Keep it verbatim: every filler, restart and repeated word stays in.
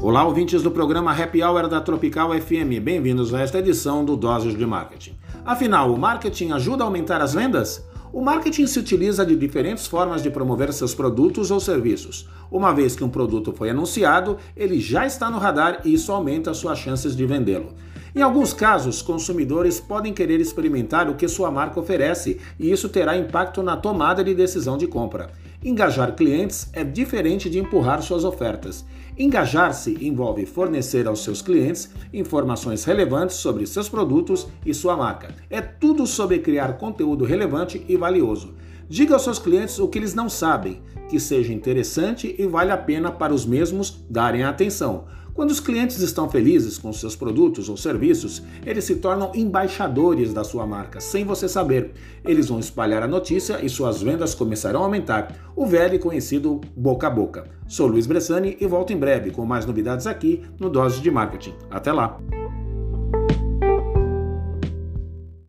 Olá, ouvintes do programa Happy Hour da Tropical F M. Bem-vindos a esta edição do Doses de Marketing. Afinal, o marketing ajuda a aumentar as vendas? O marketing se utiliza de diferentes formas de promover seus produtos ou serviços. Uma vez que um produto foi anunciado, ele já está no radar e isso aumenta suas chances de vendê-lo. Em alguns casos, consumidores podem querer experimentar o que sua marca oferece e isso terá impacto na tomada de decisão de compra. Engajar clientes é diferente de empurrar suas ofertas. Engajar-se envolve fornecer aos seus clientes informações relevantes sobre seus produtos e sua marca. É tudo sobre criar conteúdo relevante e valioso. Diga aos seus clientes o que eles não sabem, que seja interessante e vale a pena para os mesmos darem atenção. Quando os clientes estão felizes com seus produtos ou serviços, eles se tornam embaixadores da sua marca, sem você saber. Eles vão espalhar a notícia e suas vendas começarão a aumentar. O velho e conhecido boca a boca. Sou Luiz Bressani e volto em breve com mais novidades aqui no Doses de Marketing. Até lá!